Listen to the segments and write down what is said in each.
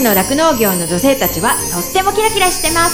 勝の酪農業の女性たちはとってもキラキラしてます。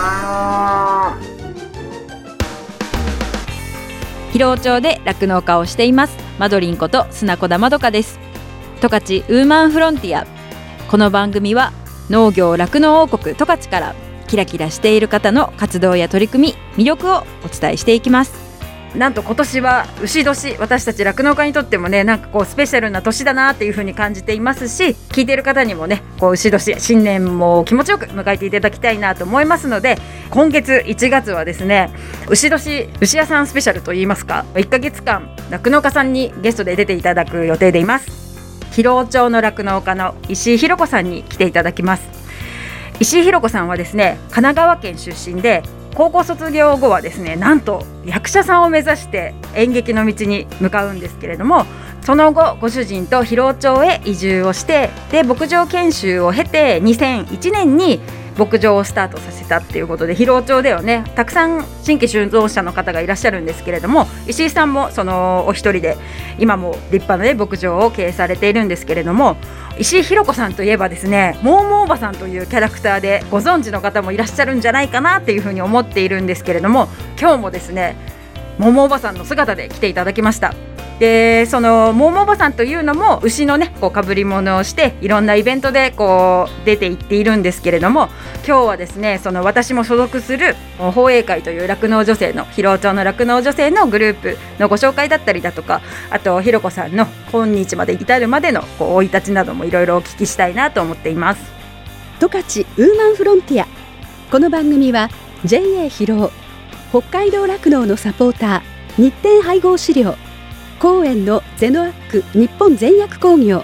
広尾町で酪農家をしていますマドリンこと砂子田まどかです。十勝ウーマンフロンティア、この番組は農業酪農王国十勝からキラキラしている方の活動や取り組み、魅力をお伝えしていきます。なんと今年は牛年、私たち酪農家にとってもね、なんかこうスペシャルな年だなっていう風に感じていますし、聞いている方にもね、こう牛年新年も気持ちよく迎えていただきたいなと思いますので、今月1月はですね、牛年牛屋さんスペシャルといいますか、1ヶ月間酪農家さんにゲストで出ていただく予定でいます。広尾町の酪農家の石井弘子さんに来ていただきます。石井弘子さんはですね、神奈川県出身で、高校卒業後はですね、なんと役者さんを目指して演劇の道に向かうんですけれども、その後ご主人と広尾町へ移住をして、で牧場研修を経て2001年に牧場をスタートさせたっていうことで、広尾町ではね、たくさん新規就農者の方がいらっしゃるんですけれども、石井さんもそのお一人で今も立派な、ね、牧場を経営されているんですけれども、石井弘子さんといえばですね、モーモーおばさんというキャラクターでご存知の方もいらっしゃるんじゃないかなっていうふうに思っているんですけれども、今日もですね、モーモーおばさんの姿で来ていただきました。でそのモーモーおばさんというのも牛のね、こう被り物をしていろんなイベントでこう出ていっているんですけれども、今日はですね、その私も所属する宝永会という酪農女性の、広尾町の酪農女性のグループのご紹介だったりだとか、あとひろこさんの今日まで至るまでのこう生い立ちなどもいろいろお聞きしたいなと思っています。 十勝ウーマンフロンティア、この番組は JA 広尾、北海道酪農のサポーター日展配合飼料、公園のゼノアック日本全薬工業、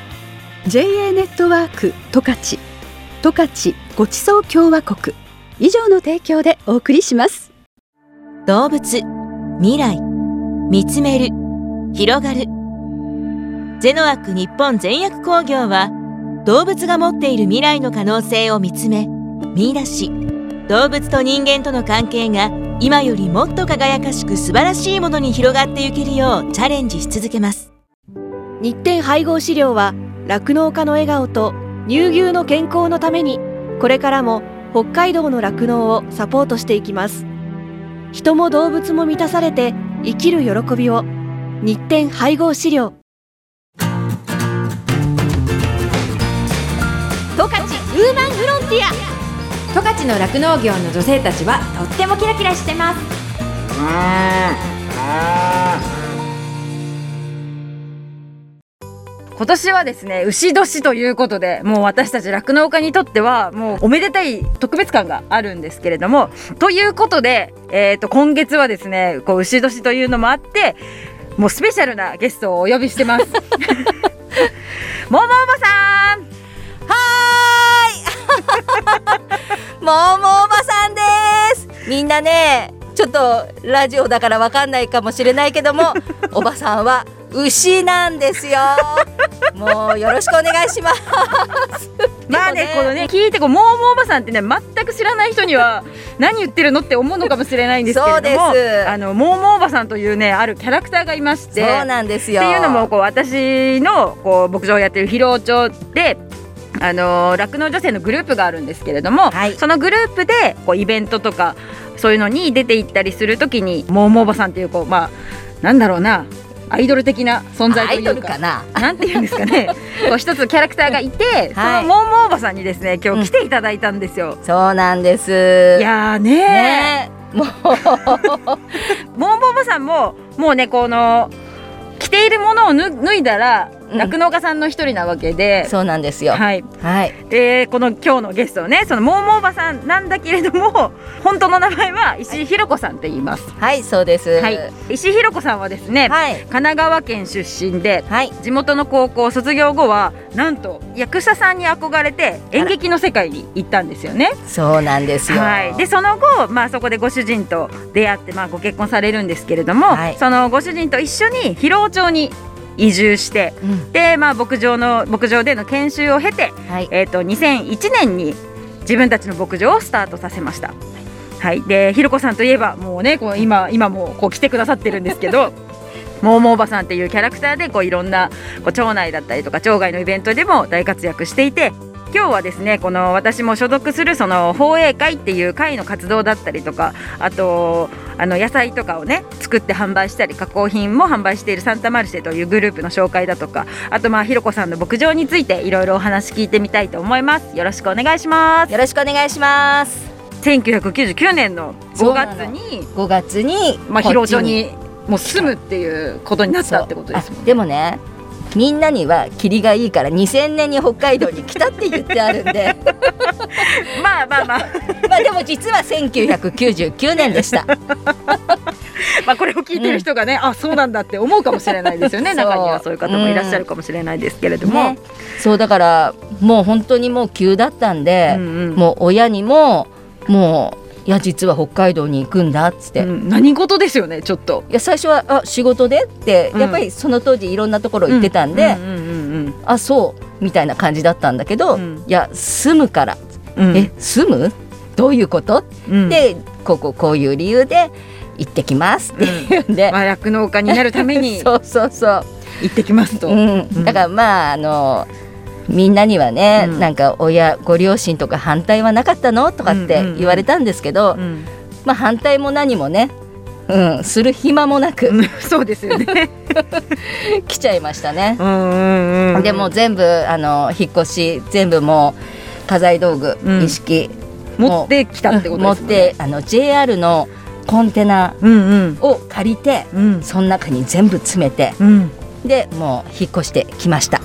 JA ネットワーク十勝、十勝ごちそう共和国以上の提供でお送りします。 動物、未来、見つめる、広がる。ゼノアック日本全薬工業は、動物が持っている未来の可能性を見つめ、見出し、動物と人間との関係が今よりもっと輝かしく素晴らしいものに広がっていけるようチャレンジし続けます。 日展配合飼料は酪農家の笑顔と乳牛の健康のために、これからも北海道の酪農をサポートしていきます。人も動物も満たされて生きる喜びを。日展配合飼料。 十勝ウーマンフロンティア、十勝の酪農業の女性たちはとってもキラキラしてます。 今年はですね、牛年ということで、もう私たち酪農家にとってはもうおめでたい特別感があるんですけれども、ということで、今月はですね、こう牛年というのもあって、もうスペシャルなゲストをお呼びしてます。ももおばさん、 ももおばさんです。みんなね、ちょっとラジオだからわかんないかもしれないけども、おばさんは牛なんですよ。もうよろしくお願いします。 まあね、このね、聞いてこうモーモーおばさんってね、全く知らない人には何言ってるのって思うのかもしれないんですけれども、 そうです。 モーモーおばさんというね、あるキャラクターがいまして、 そうなんですよ。 っていうのもこう私のこう牧場をやってる広尾町で酪農女性のグループがあるんですけれども、 はい、 そのグループでこうイベントとかそういうのに出て行ったりするときに、モーモーおばさんっていうこう、まあなんだろうな、アイドル的な存在というか、 アイドルかな、 なんていうんですかね、こう一つキャラクターがいて、 はい、 そのモーモーおばさんにですね、今日来ていただいたんですよ。 そうなんです。 いやーねー、もうモーモーおばさんももうね、この着ているものを脱いだら酪農家さんの一人なわけで、 そうなんですよ。 はい、 はい、 でこの今日のゲストね、そのモーモーおばさんなんだけれども、本当の名前は石井弘子さんって言います。 はい、そうです。 はい、石井弘子さんはですね、 はい、 神奈川県出身で、 はい、 地元の高校卒業後はなんと役者さんに憧れて演劇の世界に行ったんですよね。 そうなんですよ。 はい、でその後、まあ、そこでご主人と出会って、まあ、ご結婚されるんですけれども、 はい、 そのご主人と一緒に広尾町に移住して、で、まあ、牧場での研修を経て、 はい、 2001年に自分たちの牧場をスタートさせました。はい、でひろこさんといえばもうね、こう今もこう来てくださってるんですけどモーモーおばさんっていうキャラクターでこういろんなこう町内だったりとか町外のイベントでも大活躍していて、 今日はですねこの私も所属するその放映会っていう会の活動だったりとか、あと野菜とかをね作って販売したり加工品も販売しているサンタマルシェというグループの紹介だとか、あとひろこさんの牧場についていろいろお話聞いてみたいと思います。よろしくお願いします。 よろしくお願いします。 1999年の5月に広尾町にもう住むっていうことになったってことですもんね。 でもね、みんなには霧がいいから2000年に北海道に来たって言ってあるんでまあでも実は1999年でしたこれを聞いてる人がね、あ、そうなんだって思うかもしれないですよね中にはそういう方もいらっしゃるかもしれないですけれども、 そうだからもう本当にもう急だったんで、もう親にももういや実は北海道に行くんだっつって、 何事ですよね。ちょっといや最初は仕事でって、やっぱりその当時いろんなところ行ってたんで、あそうみたいな感じだったんだけど、いや住むから、住むどういうこと、でこういう理由で行ってきますっていうんで、 酪農家になるためにそう行ってきますと、 だからみんなにはね、なんかご両親とか反対はなかったのとかって言われたんですけど、反対も何もね、する暇もなくそうですよね来ちゃいましたね。でも全部引っ越し全部もう家財道具、一式持ってきたってことですね。 持って JR のコンテナを借りて、その中に全部詰めて、でもう引っ越してきました。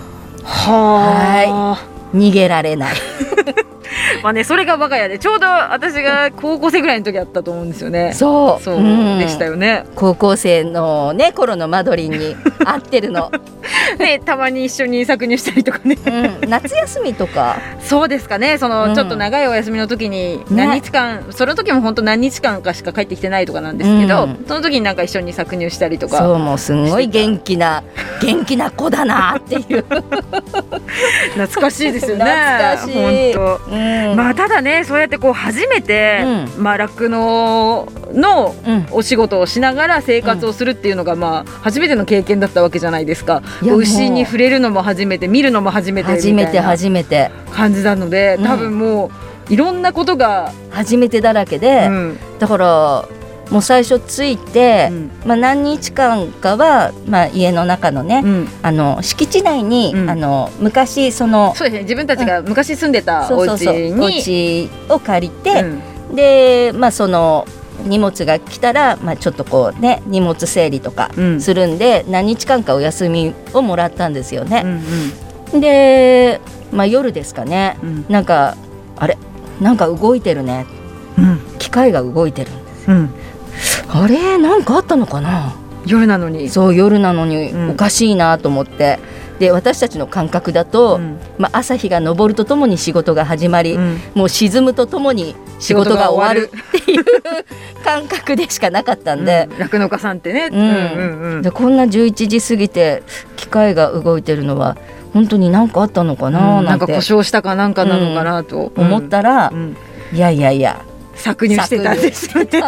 逃げられないそれが我が家でちょうど私が高校生ぐらいの時だったと思うんですよね。 そうでしたよね。 高校生のね頃のマドリンに合ってるのね、たまに一緒に搾乳したりとかね、 夏休みとかそうですかね。ちょっと長いお休みの時に何日間、その時も本当何日間かしか帰ってきてないとかなんですけど、その時になんか一緒に搾乳したりとか、 そうもうすごい元気な子だなっていう懐かしいですよね。 懐かしい。 本当、ただね、そうやって初めて酪農のお仕事をしながら生活をするっていうのが初めての経験だったわけじゃないですか。牛に触れるのも初めて、見るのも初めてみたいな感じなので、多分もういろんなことが初めてだらけで、だからもう最初ついて、何日間かは、家の中のね、敷地内に、昔そうですね、自分たちが昔住んでたお家を借りて、でその荷物が来たら、ちょっと荷物整理とかするんで、何日間かお休みをもらったんですよね。で、夜ですかね、なんかあれなんか動いてるね、機械が動いてるんですよ。あれなんかあったのかな。 夜なのにおかしいなと思って、で私たちの感覚だと、朝日が昇るとともに仕事が始まり、もう沈むとともに仕事が終わるっていう感覚でしかなかったんで、 酪農家さんってね、 でこんな11時過ぎて機械が動いてるのは本当に何かあったのかな、 なんか故障したかなんかなのかなと思ったら、いや搾乳してたんですよね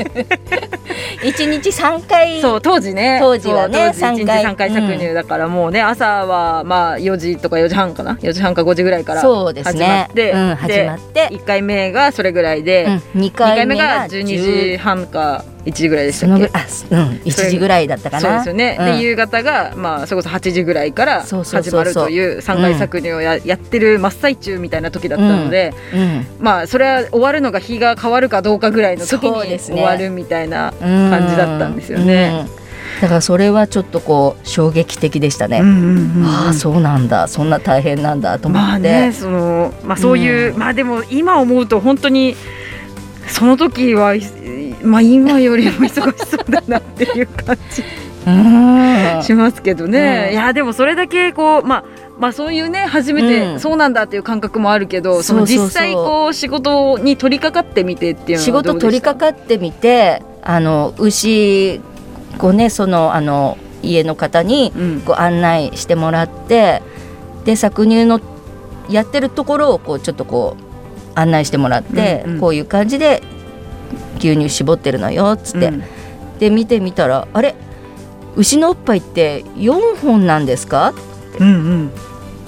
1日3回、 そう当時はね 1日 3回搾乳だから、もうね朝は4時とか4時半かな、4時半か5時ぐらいから始まって、1回目がそれぐらいで、2回目が12時半か1時ぐらいでしたっけ。 1時ぐらいだったかな。 そうですよね。で夕方がそれこそ8時ぐらいから始まるという3回搾乳をやってる真っ最中みたいな時だったので、それは終わるのが日が変わるかどうかぐらいの時に終わるみたいな感じだったんですよね。 だからそれはちょっと衝撃的でしたね。ああそうなんだ、そんな大変なんだと思って。 そういうでも今思うと本当にその時は今よりも忙しそうだなっていう感じしますけどね。いやでもそれだけそういうね初めてそうなんだっていう感覚もあるけど、その実際仕事に取り掛かってみてっていうのはどうでした？仕事取り掛かってみて、 牛その家の方に案内してもらって、で搾乳のやってるところをちょっと案内してもらって、こういう感じで牛乳絞ってるのよっつって、で見てみたら、あれ牛のおっぱいって4本なんですかって、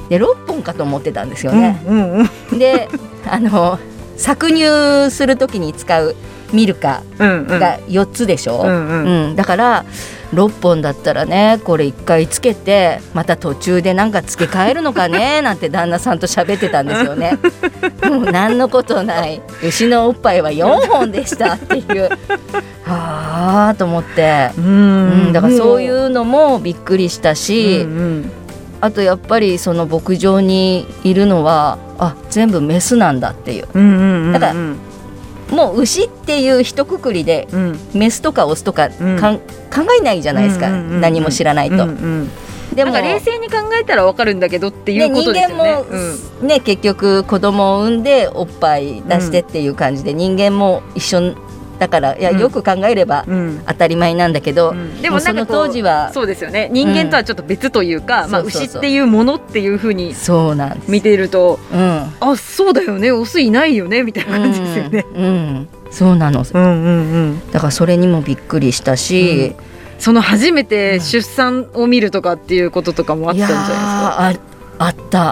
で6本かと思ってたんですよね。で搾乳する時に使うミルカが4つでしょ、だから6本だったらねこれ1回つけてまた途中でなんか付け替えるのかねなんて旦那さんと喋ってたんですよね。もう何のことない牛のおっぱいは4本でしたっていうはあと思って、だからそういうのもびっくりしたし、あとやっぱりその牧場にいるのは全部メスなんだっていう、だからもう牛っていう一括りで、メスとかオスとか、考えないじゃないですか、何も知らないと、でもなんか冷静に考えたら分かるんだけどっていうことですよね。 人間も、結局子供を産んでおっぱい出してっていう感じで、人間も一緒だからよく考えれば当たり前なんだけど、 でもなんかその当時はそうですよね、人間とはちょっと別というか、牛っていうものっていう風に見ていると、そうだよね、オスいないよねみたいな感じですよね。 そうなの、だからそれにもびっくりしたし、 その初めて出産を見るとかっていうこととかもあったんじゃないですか。 あった、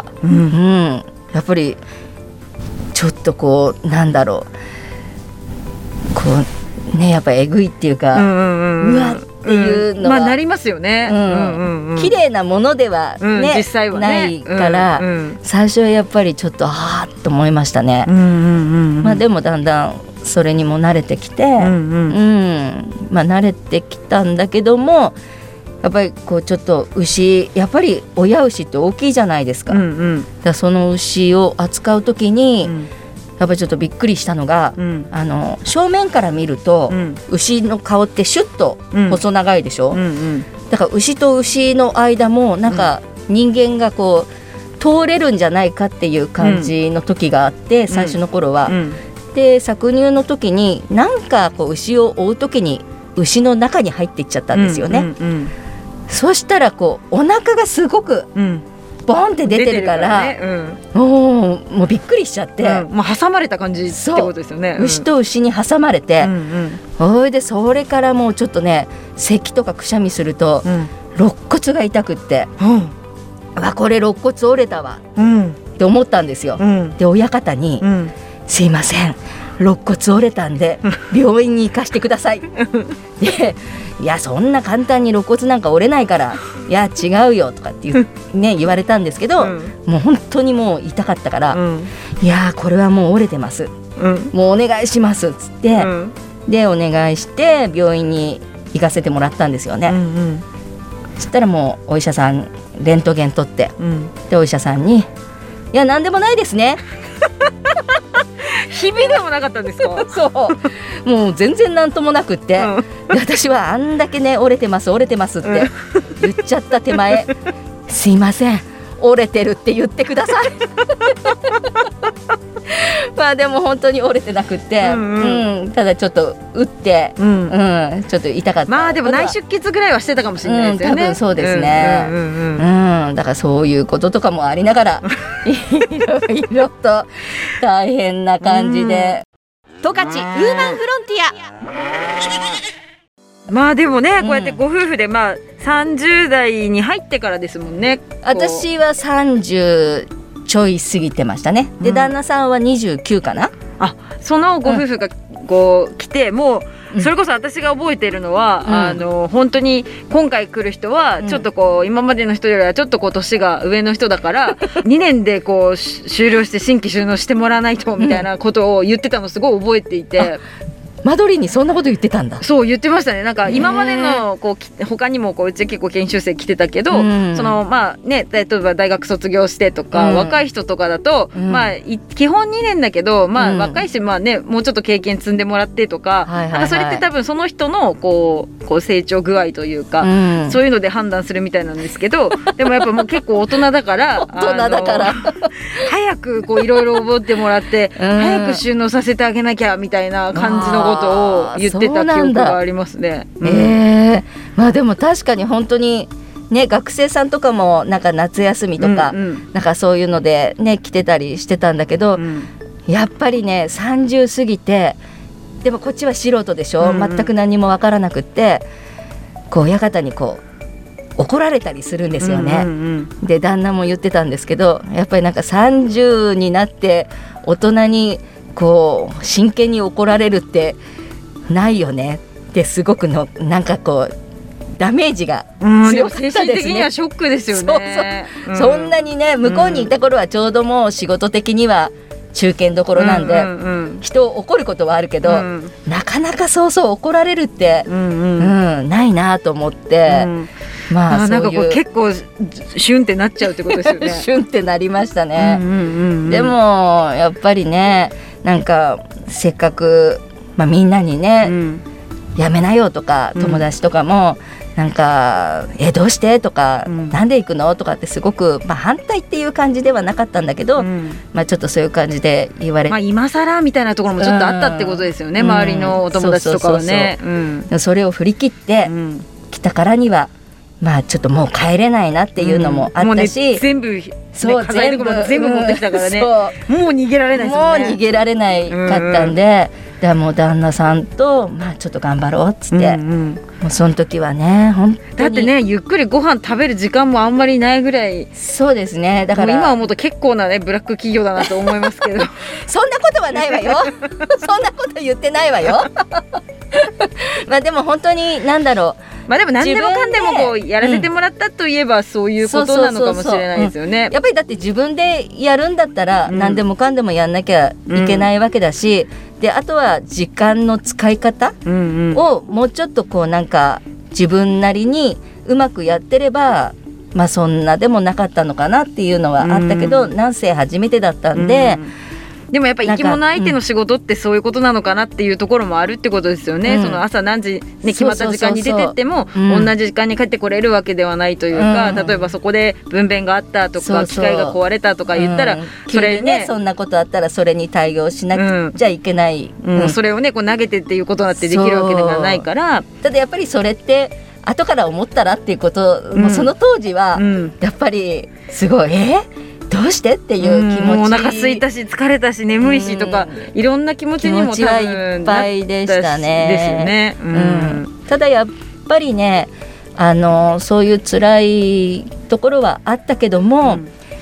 やっぱりちょっとこうなんだろうこうねやっぱえぐいっていうか、うわっていうのは、 なりますよね。 綺麗なものではね、 実際はないから、最初はやっぱりちょっとあーっと思いましたね。でもだんだんそれにも慣れてきて、慣れてきたんだけども、やっぱりこうちょっと牛やっぱり親牛って大きいじゃないですか。だからその牛を扱う時に、やっぱりちょっとびっくりしたのが、正面から見ると、牛の顔ってシュッと細長いでしょ、だから牛と牛の間もなんか人間がこう通れるんじゃないかっていう感じの時があって、最初の頃は、で搾乳の時になんかこう牛を追う時に牛の中に入っていっちゃったんですよね。そしたらこうお腹がすごく、ボンって出てるから、もうびっくりしちゃって、 挟まれた感じってことですよね。 牛と牛に挟まれて、それからもうちょっとね咳とかくしゃみすると、肋骨が痛くって、これ肋骨折れたわ、って思ったんですよ。で親方に、すいません肋骨折れたんで病院に行かしてくださいでいやそんな簡単に肋骨なんか折れないからいや違うよとかって言われたんですけど、もう本当にもう痛かったから、いやこれはもう折れてます、もうお願いしますっつって、でお願いして病院に行かせてもらったんですよね。そしたらもうお医者さんレントゲン取って、でお医者さんにいや何でもないですねひびでもなかったんですか？ そうもう全然なんともなくって、私はあんだけね折れてますって言っちゃった手前、すいません折れてるって言ってくださいでも本当に折れてなくって、ただちょっと打って、ちょっと痛かった。 でも内出血ぐらいはしてたかもしれないですよね。 多分そうですね。だからそういうこととかもありながらいろいろと大変な感じで、 十勝ウーマンフロンティア。でもねこうやってご夫婦で30代に入ってからですもんね。 私は30ちょい過ぎてましたね。で旦那さんは29かな。 そのご夫婦がこう来て、もうそれこそ私が覚えているのは、本当に今回来る人はちょっとこう、今までの人よりはちょっとこう年が上の人だから2年でこう終了して新規収納してもらわないとみたいなことを言ってたのすごい覚えていて、 間取りにそんなこと言ってたんだ。 そう言ってましたね。なんか今までのこう他にもこううち結構研修生来てたけど、その例えば大学卒業してとか、若い人とかだと、基本2年だけど、若いしもうちょっと経験積んでもらってとか、なんかそれって多分その人のこう成長具合というか、そういうので判断するみたいなんですけど、でもやっぱもう結構大人だから早くこういろいろ覚えてもらって早く収納させてあげなきゃみたいな感じのことを言ってた記憶がありますね。 でも確かに本当にね、学生さんとかもなんか夏休みとか、なんかそういうのでね来てたりしてたんだけど、やっぱりね30過ぎて、でもこっちは素人でしょ、全く何も分からなくって、こう親方にこう怒られたりするんですよね、で旦那も言ってたんですけど、やっぱりなんか30になって大人にこう真剣に怒られるってないよねってすごくのなんかこうダメージが強かったですね。 精神的にはショックですよね。 そんなにね、向こうにいた頃はちょうどもう仕事的には中堅どころなんで、人を怒ることはあるけど、なかなかそうそう怒られるって、ないなと思って、まあなんかこう結構シュンってなっちゃうってことですよね。 シュンってなりましたね。でもやっぱりね、なんかせっかく、みんなにね、やめなよとか友達とかもなんかどうしてとか、なんで行くのとかってすごく、反対っていう感じではなかったんだけど、ちょっとそういう感じで言われて、 今更みたいなところもちょっとあったってことですよね、周りのお友達とかはね。 それを振り切って来たからには、ちょっともう帰れないなっていうのもあったし、 全部全部持ってきたからね、もう逃げられないですよね。 もう逃げられないかったんで、もう旦那さんとちょっと頑張ろうっつって、もうその時はね本当にだってね、ゆっくりご飯食べる時間もあんまりないぐらい。 そうですね、だから今思うと結構なねブラック企業だなと思いますけどそんなことはないわよそんなこと言ってないわよでも本当に何だろう、 でも何でもかんでもこうやらせてもらったといえばそういうことなのかもしれないですよね。 やっぱりだって自分でやるんだったら何でもかんでもやんなきゃいけないわけだし、であとは時間の使い方をもうちょっとこうなんか自分なりにうまくやってれば、そんなでもなかったのかなっていうのはあったけど、なんせ初めてだったんで、 でもやっぱり生き物相手の仕事ってそういうことなのかなっていうところもあるってことですよね。その朝何時、決まった時間に出てっても同じ時間に帰ってこれるわけではないというか、例えばそこで分娩があったとか機械が壊れたとか言ったら、 それね、そんなことあったらそれに対応しなくちゃいけない、 それをねこう投げてっていうことだってできるわけではないから。 ただやっぱりそれって後から思ったらっていうことも、その当時はやっぱりすごいどうしてっていう気持ち、 お腹空いたし疲れたし眠いしとか、いろんな気持ちにも多分いっぱいでしたね。 ですよね。 ただやっぱりね、そういう辛いところはあったけども、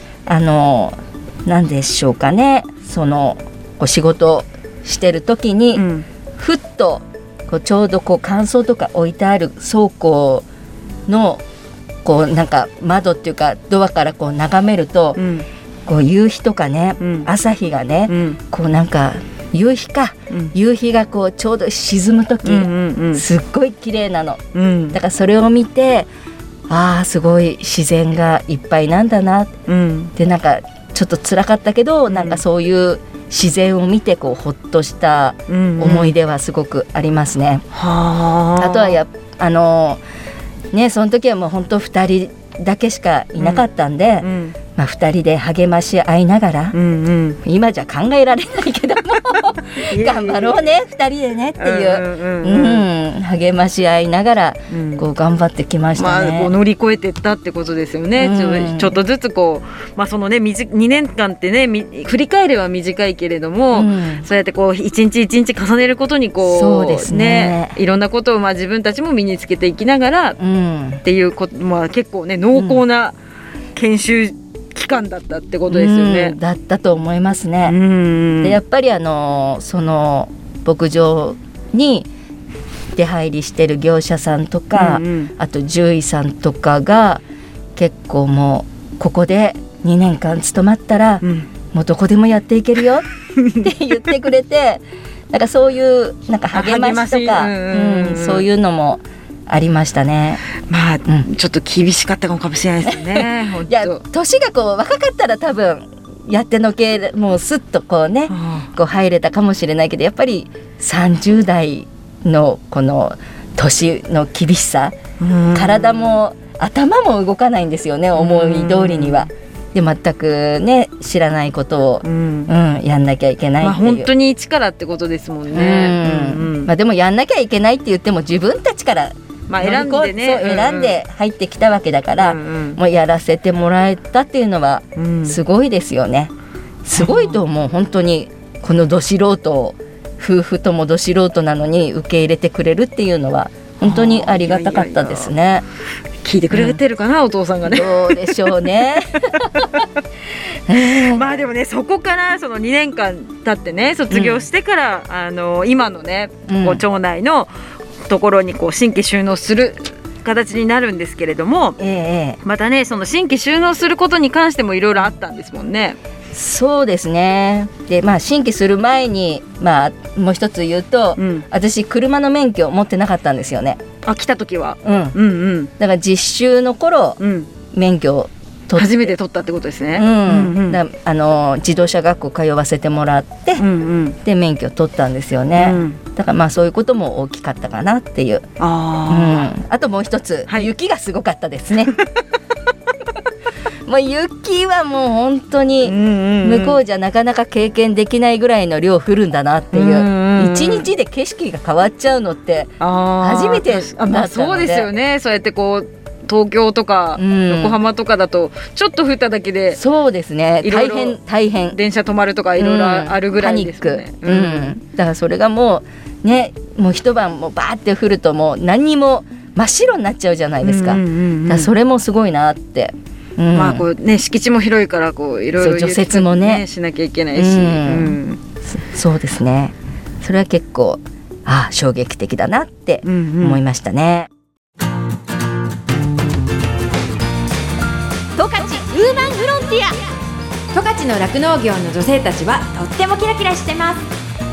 なんでしょうかね、そのお仕事してる時に、ふっとこうちょうどこう乾燥とか置いてある倉庫のこうなんか窓っていうかドアからこう眺めると、こう夕日とかね、朝日がね、こうなんか夕日がこうちょうど沈む時、すっごい綺麗なの、だからそれを見て、すごい自然がいっぱいなんだな、でなんかちょっと辛かったけど、なんかそういう自然を見てこうほっとした思い出はすごくありますね。あとはその時はもう本当2人だけしかいなかったんで、2人で励まし合いながら、今じゃ考えられないけども頑張ろうね2人でねっていう、励まし合いながらこう頑張ってきましたね。 こう乗り越えてったってことですよね。ちょっとずつこう、そのね2年間ってね振り返れば短いけれども、そうやってこう一日一日重ねることにこう、 そうですね、 いろんなことを自分たちも身につけていきながら、っていうこと、結構ね濃厚な研修期間だったってことですよね。 だったと思いますね。でやっぱりその牧場に出入りしてる業者さんとか、あと獣医さんとかが結構もうここで2年間勤まったら、もうどこでもやっていけるよって言ってくれてなんかそういうなんか励ましとか、そういうのもありましたね。 ちょっと厳しかったかもしれないですねいや年がこう若かったら多分やってのけもうスッとこうね、こう入れたかもしれないけど、やっぱり30代のこの年の厳しさ、体も頭も動かないんですよね、思い通りには。で全くね知らないことを、やんなきゃいけないっていう、 本当に一からってことですもんね。 でもやんなきゃいけないって言っても自分たちから選んでね、 選んで入ってきたわけだから、もうやらせてもらえたっていうのはすごいですよね。すごいと思う。本当にこのど素人を夫婦ともど素人なのに受け入れてくれるっていうのは本当にありがたかったですね。 聞いてくれてるかな、お父さんがね。 どうでしょうね。 まあでもね、そこからその2年間経ってね、卒業してから、今のね、こう町内のところにこう新規収納する形になるんですけれども、またね、その新規収納することに関してもいろいろあったんですもんね。 そうですね。で、新規する前に、もう一つ言うと、私車の免許を持ってなかったんですよね。 来た時は、 だから実習の頃、免許を初めて取ったってことですね。 自動車学校通わせてもらって、で免許を取ったんですよね。だからそういうことも大きかったかなっていう。あともう一つ、雪がすごかったですね。もう雪はもう本当に向こうじゃなかなか経験できないぐらいの量降るんだなっていう、一日で景色が変わっちゃうのって初めてだったので。 そうですよね。そうやってこう東京とか横浜とかだとちょっと降っただけで、 そうですね、大変電車止まるとかいろいろあるぐらいですよね。 パニック、だからそれがもうね、もう一晩もバーって降るともう何にも真っ白になっちゃうじゃないですか。だからそれもすごいなって。 こうね、敷地も広いからこういろいろ除雪もねしなきゃいけないし、 そうですね。それは結構衝撃的だなって思いましたね。 十勝ウーマンフロンティア。十勝の酪農業の女性たちはとってもキラキラしてます。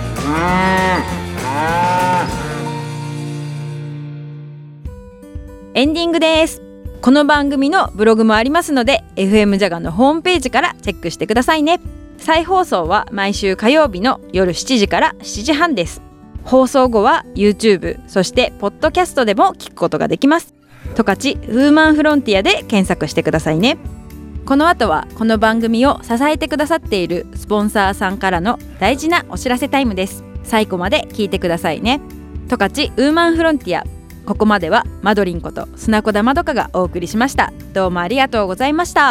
エンディングです。この番組のブログもありますので FM ジャガのホームページからチェックしてくださいね。再放送は毎週火曜日の夜7時から7時半です。放送後は YouTube、 そしてポッドキャストでも聞くことができます。十勝ウーマンフロンティアで検索してくださいね。この後はこの番組を支えてくださっているスポンサーさんからの大事なお知らせタイムです。最後まで聞いてくださいね。十勝ウーマンフロンティア、ここまではマドリンこと砂子田まどかがお送りしました。どうもありがとうございました。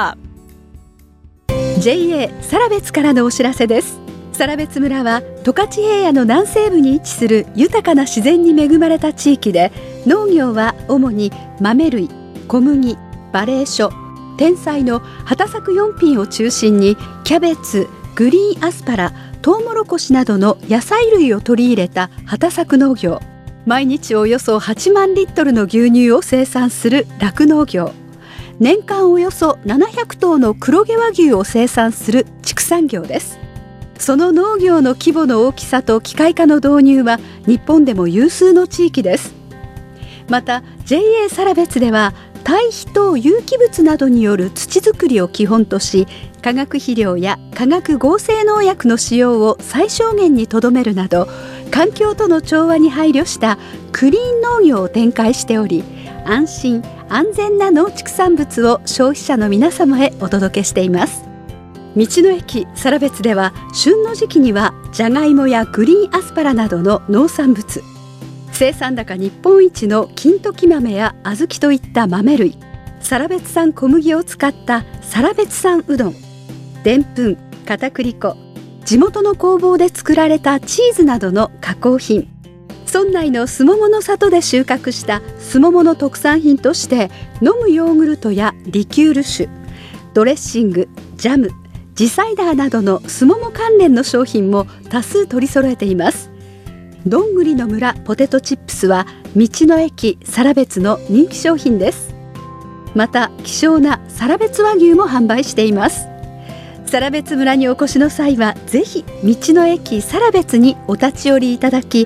JA サラベツからのお知らせです。サラベツ村は十勝平野の南西部に位置する豊かな自然に恵まれた地域で、農業は主に豆類、小麦、馬鈴薯、天菜の畑作4品を中心にキャベツ、グリーンアスパラ、トウモロコシなどの野菜類を取り入れた畑作農業、毎日およそ8万リットルの牛乳を生産する酪農業、年間およそ700頭の黒毛和牛を生産する畜産業です。その農業の規模の大きさと機械化の導入は日本でも有数の地域です。また JA サラベツでは堆肥と有機物などによる土作りを基本とし、化学肥料や化学合成農薬の使用を最小限にとどめるなど、環境との調和に配慮したクリーン農業を展開しており、安心安全な農畜産物を消費者の皆様へお届けしています。道の駅サラベツでは旬の時期にはじゃがいもやグリーンアスパラなどの農産物、生産高日本一の金時豆や小豆といった豆類、サラベツ産小麦を使ったサラベツ産うどん、でんぷん、片栗粉、地元の工房で作られたチーズなどの加工品、村内のすももの里で収穫したすももの特産品として飲むヨーグルトやリキュール酒、ドレッシング、ジャム、地サイダーなどのすもも関連の商品も多数取り揃えています。どんぐりの村ポテトチップスは道の駅サラベツの人気商品です。また希少なサラベツ和牛も販売しています。サラベツ村にお越しの際はぜひ道の駅サラベツにお立ち寄りいただき、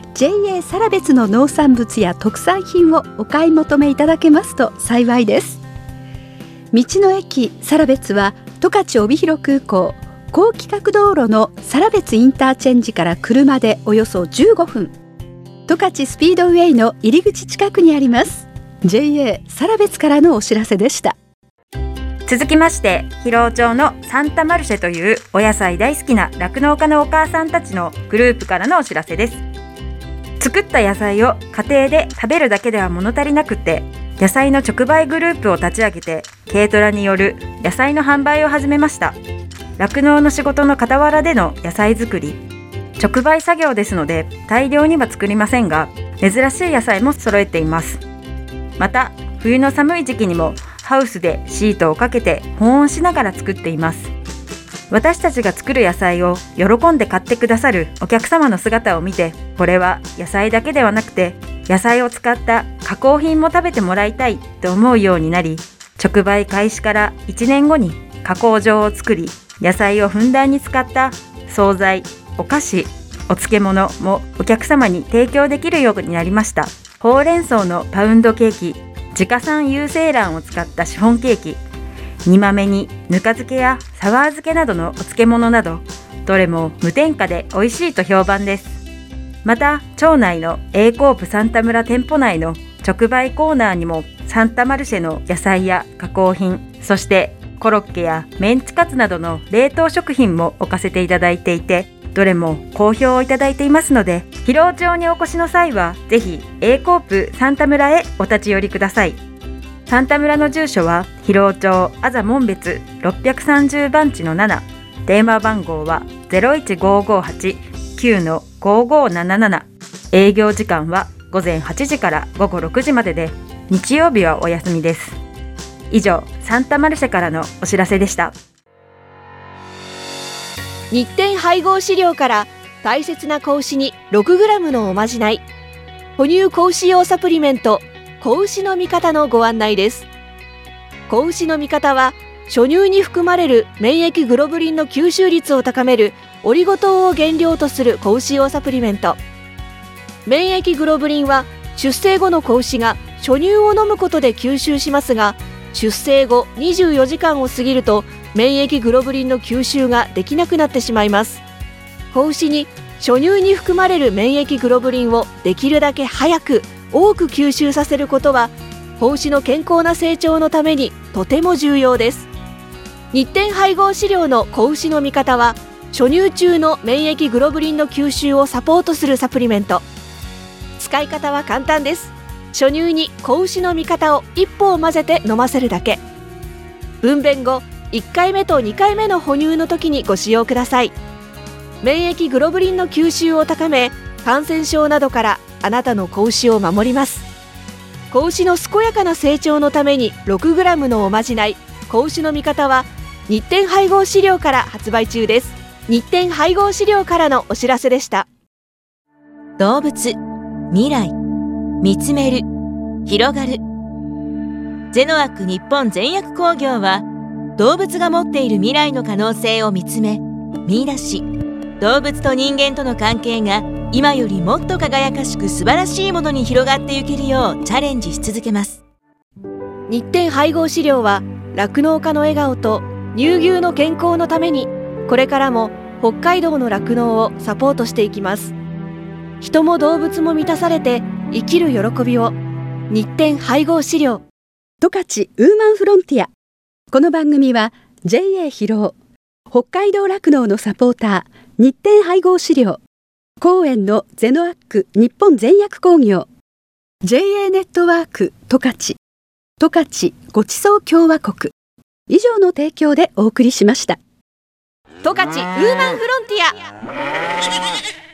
JA サラベツの農産物や特産品をお買い求めいただけますと幸いです。道の駅サラベツは十勝帯広空港高規格道路のサラベツインターチェンジから車でおよそ15分、十勝スピードウェイの入り口近くにあります。 JA サラベツからのお知らせでした。 続きまして、広尾町のサンタマルシェというお野菜大好きな酪農家のお母さんたちのグループからのお知らせです。作った野菜を家庭で食べるだけでは物足りなくて、野菜の直売グループを立ち上げて軽トラによる野菜の販売を始めました。酪農の仕事の傍らでの野菜作り、直売作業ですので大量には作りませんが、 珍しい野菜も揃えています。また冬の寒い時期にもハウスでシートをかけて保温しながら作っています。私たちが作る野菜を喜んで買ってくださるお客様の姿を見て、これは野菜だけではなくて野菜を使った加工品も食べてもらいたいと思うようになり、直売開始から1年後に加工場を作り、野菜をふんだんに使った惣菜、お菓子、お漬物もお客様に提供できるようになりました。ほうれん草のパウンドケーキ、自家産有精卵を使ったシフォンケーキ、煮豆にぬか漬けやサワー漬けなどのお漬物など、どれも無添加で美味しいと評判です。また町内の A コープサンタ村店舗内の直売コーナーにもサンタマルシェの野菜や加工品、そしてコロッケやメンチカツなどの冷凍食品も置かせていただいていて、どれも好評をいただいていますので、広尾町にお越しの際はぜひ A コープサンタ村へお立ち寄りください。サンタ村の住所は広尾町安座門別630番地の7、電話番号は 015589-5577、営業時間は午前8時から午後6時までで、日曜日はお休みです。以上、サンタマルシェからのお知らせでした。 日展配合飼料から大切な子牛に 6g のおまじない、哺乳子牛用サプリメント子牛の味方のご案内です。子牛の味方は初乳に含まれる免疫グロブリンの吸収率を高めるオリゴ糖を原料とする子牛用サプリメント。免疫グロブリンは出生後の子牛が初乳を飲むことで吸収しますが、出生後24時間を過ぎると免疫グロブリンの吸収ができなくなってしまいます。子牛に初乳に含まれる免疫グロブリンをできるだけ早く多く吸収させることは子牛の健康な成長のためにとても重要です。日展配合飼料の子牛の味方は初乳中の免疫グロブリンの吸収をサポートするサプリメント。使い方は簡単です。初乳に子牛の味方を1歩を混ぜて飲ませるだけ。分娩後1回目と2回目の哺乳の時にご使用ください。免疫グロブリンの吸収を高め、感染症などからあなたの子牛を守ります。子牛の健やかな成長のために 6g のおまじない子牛の味方は日展配合飼料から発売中です。日展配合飼料からのお知らせでした。 動物、未来、見つめる、広がる。ゼノアック日本全薬工業は動物が持っている未来の可能性を見つめ、見出し、動物と人間との関係が今よりもっと輝かしく素晴らしいものに広がっていけるようチャレンジし続けます。 日展配合飼料は酪農家の笑顔と乳牛の健康のために、これからも北海道の酪農をサポートしていきます。人も動物も満たされて生きる喜びを。日展配合飼料。 十勝ウーマンフロンティア。この番組は JA 広尾、北海道酪農のサポーター日展配合飼料、公園のゼノアック日本全薬工業、 JA ネットワーク十勝、十勝ごちそう共和国以上の提供でお送りしました。 十勝ウーマンフロンティア。